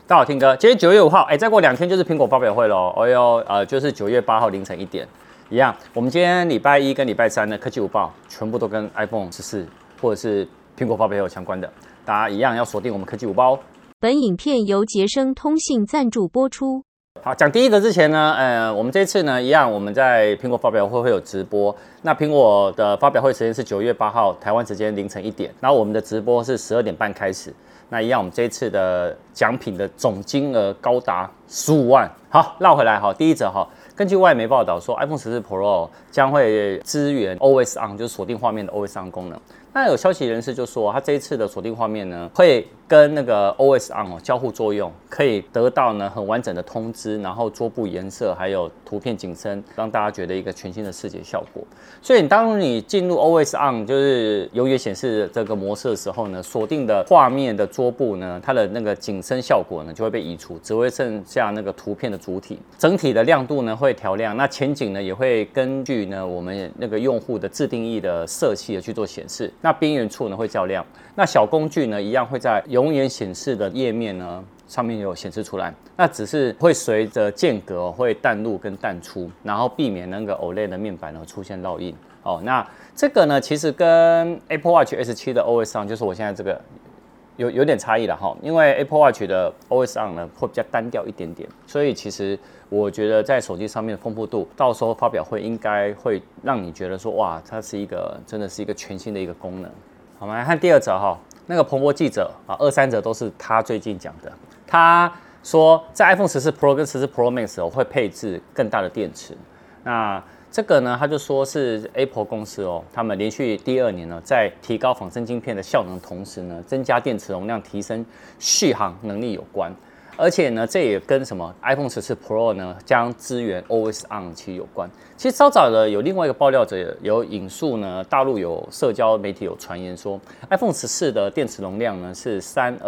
大家好，听哥，今天9月5号，再过2天就是苹果发表会喽。就是9月8号凌晨1点，一样。我们今天礼拜一跟礼拜三的科技午报，全部都跟 iPhone 14或者是苹果发表会有相关的，大家一样要锁定我们科技午报哦。 本影片由杰生通信赞助播出。 好，讲第一个之前呢，我们这次呢，一样我们在苹果发表会会有直播。那苹果的发表会时间是9月8号台湾时间凌晨1点，然后我们的直播是12点半开始。那一样，我们这一次的奖品的总金额高达15万。好，绕回来哈，第一则哈，根据外媒报道说 ，iPhone 14 Pro 将会支援 Always On， 就是锁定画面的 Always On 功能。那有消息人士就说，它这一次的锁定画面呢，会跟那个 Always On 交互作用，可以得到呢很完整的通知，然后桌布颜色还有图片景深，让大家觉得一个全新的视觉效果。所以当你进入 Always On 就是永远显示这个模式的时候呢，锁定的画面的桌布呢，它的那个景深效果呢就会被移除，只会剩下那个图片的主体，整体的亮度呢会调亮，那前景呢也会根据呢我们那个用户的自定义的色系去做显示，那边缘处呢会较亮，那小工具呢一样会在永远显示的页面呢上面有显示出来，那只是会随着间隔会淡入跟淡出，然后避免那个 OLED 的面板呢出现烙印。那这个呢其实跟 Apple Watch S7 的 Always On 就是我现在这个有点差异了哈，因为 Apple Watch 的 Always On 呢会比较单调一点点，所以其实我觉得在手机上面的丰富度，到时候发表会应该会让你觉得说哇，它是一个真的是一个全新的一个功能。好，我们来看第二则哈，那个彭博记者啊，2、3则都是他最近讲的。他说在 iPhone 14 Pro 跟14 Pro Max 会配置更大的电池。那这个呢，他就说是 Apple 公司他们连续第2年呢，在提高仿生晶片的效能同时呢，增加电池容量，提升续航能力有关。而且呢，这也跟什么 iPhone 14 Pro 呢将支援 Always On 其实有关。其实稍早的有另外一个爆料者有引述呢，大陆有社交媒体有传言说 ，iPhone 14的电池容量呢是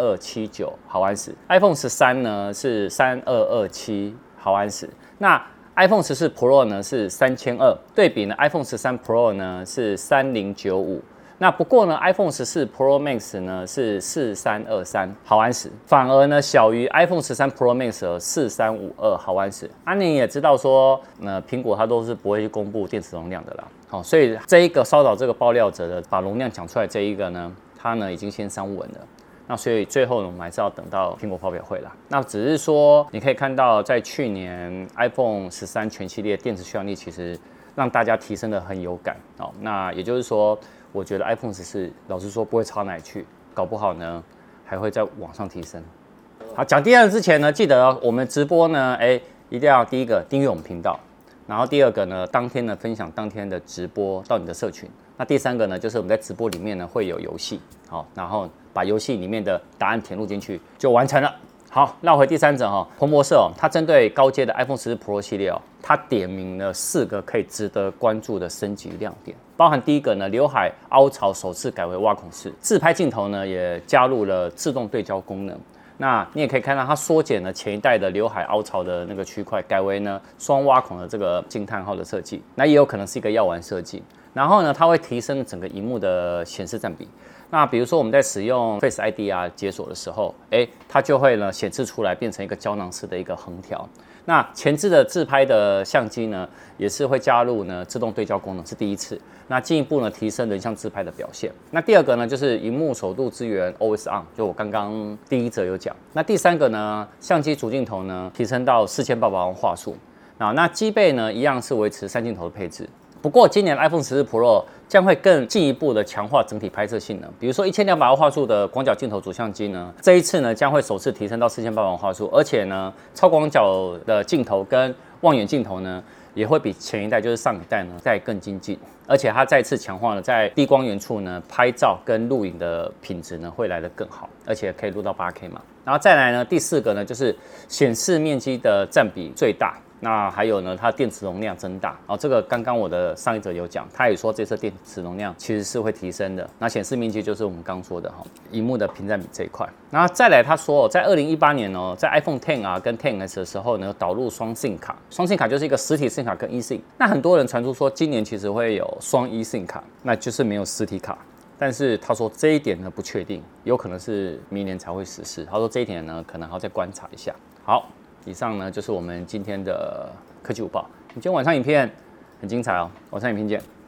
3279毫安时，iPhone 13呢是3227毫安时。那iPhone 14 Pro 呢是3200，对比呢 iPhone 13 Pro 呢是3095。那不过呢 ，iPhone 14 Pro Max 呢是4323毫安时，反而呢小于 iPhone 13 Pro Max 的4352毫安时。你也知道说，苹果它都是不会去公布电池容量的啦。好，所以这一个骚扰这个爆料者的把容量讲出来这一个呢，它呢已经先删文了。那所以最后呢，我们还是要等到苹果发表会啦。那只是说，你可以看到在去年 iPhone 13全系列电池续航力其实让大家提升的很有感。那也就是说。我觉得 iPhone 14老实说不会差哪里去，搞不好呢还会再往上提升。好，讲第二个之前呢，记得我们直播呢，一定要第一个订阅我们频道，然后第二个呢，当天呢分享当天的直播到你的社群。那第3个呢，就是我们在直播里面呢会有游戏，好，然后把游戏里面的答案填入进去就完成了。好，绕回第3则哈，彭博社它针对高阶的 iPhone 14 Pro 系列它点名了4个可以值得关注的升级亮点，包含第一个呢，刘海凹槽首次改为挖孔式，自拍镜头呢也加入了自动对焦功能。那你也可以看到它缩减了前一代的刘海凹槽的那个区块，改为呢双挖孔的这个惊叹号的设计，那也有可能是一个药丸设计。然后呢，它会提升整个萤幕的显示占比。那比如说我们在使用 Face ID 解锁的时候，它就会呢显示出来变成一个胶囊式的一个横条。那前置的自拍的相机呢，也是会加入呢自动对焦功能，是第一次。那进一步呢提升人像自拍的表现。那第2个呢，就是萤幕首度支援 Always On， 就我刚刚第1则有讲。那第3个呢，相机主镜头呢提升到4800万画素。那机背呢一样是维持3镜头的配置。不过今年 iPhone 14 Pro 将会更进一步的强化整体拍摄性能，比如说1200万画素的广角镜头主相机呢，这一次呢将会首次提升到4800万画素，而且呢超广角的镜头跟望远镜头呢也会比前一代就是上一代呢再更精进，而且它再次强化了在低光源处呢拍照跟录影的品质呢会来得更好，而且可以录到 8K 嘛。然后再来呢第4个呢就是显示面积的占比最大。那还有呢，它电池容量增大，这个刚刚我的上一则有讲，他也说这次电池容量其实是会提升的。那显示面积就是我们刚说的萤幕的屏占比这一块。然后再来，他说在2018年在 iPhone X 跟 XS 的时候呢，导入双 SIM 卡，双 SIM 卡就是一个实体 SIM 卡跟 eSIM。那很多人传出说今年其实会有双 eSIM 卡，那就是没有实体卡。 但是他说这一点呢不确定，有可能是明年才会实施。他说这一点呢可能还要再观察一下。好，以上呢就是我们今天的科技午报。今天晚上影片很精彩哦，晚上影片见。